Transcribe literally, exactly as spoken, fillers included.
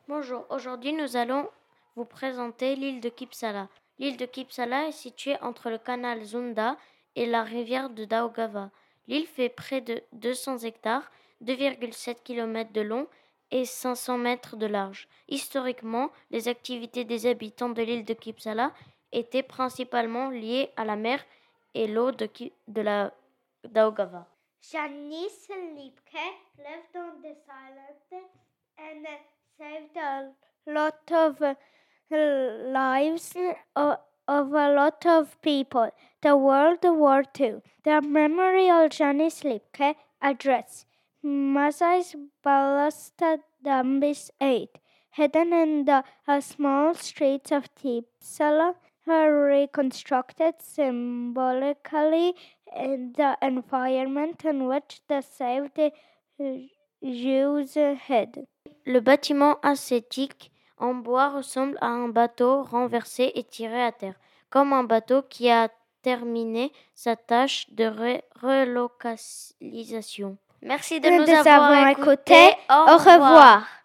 Bonjour, aujourd'hui nous allons vous présenter l'île de Kipsala. L'île de Kipsala est située entre le canal Zunda et la rivière de Daugava. L'île fait près de deux cents hectares, deux virgule sept kilomètres de long et cinq cents mètres de large. Historiquement, les activités des habitants de l'île de Kipsala étaient principalement liées à la mer et l'eau de, Ki- de la Daugava. Janice Lipke lived on this island and saved a lot of uh, lives of, of a lot of people. The World War Two. The Memorial Janice Lipke address. Mazais Balasta Dambis eight. Hidden in the uh, small streets of Tipsala, are reconstructed symbolically in the environment in which the saved Jews hid. Le bâtiment ascétique en bois ressemble à un bateau renversé et tiré à terre, comme un bateau qui a terminé sa tâche de re- relocalisation. Merci de nous, Nous avoir avons écoutés. écouté. Au Au revoir.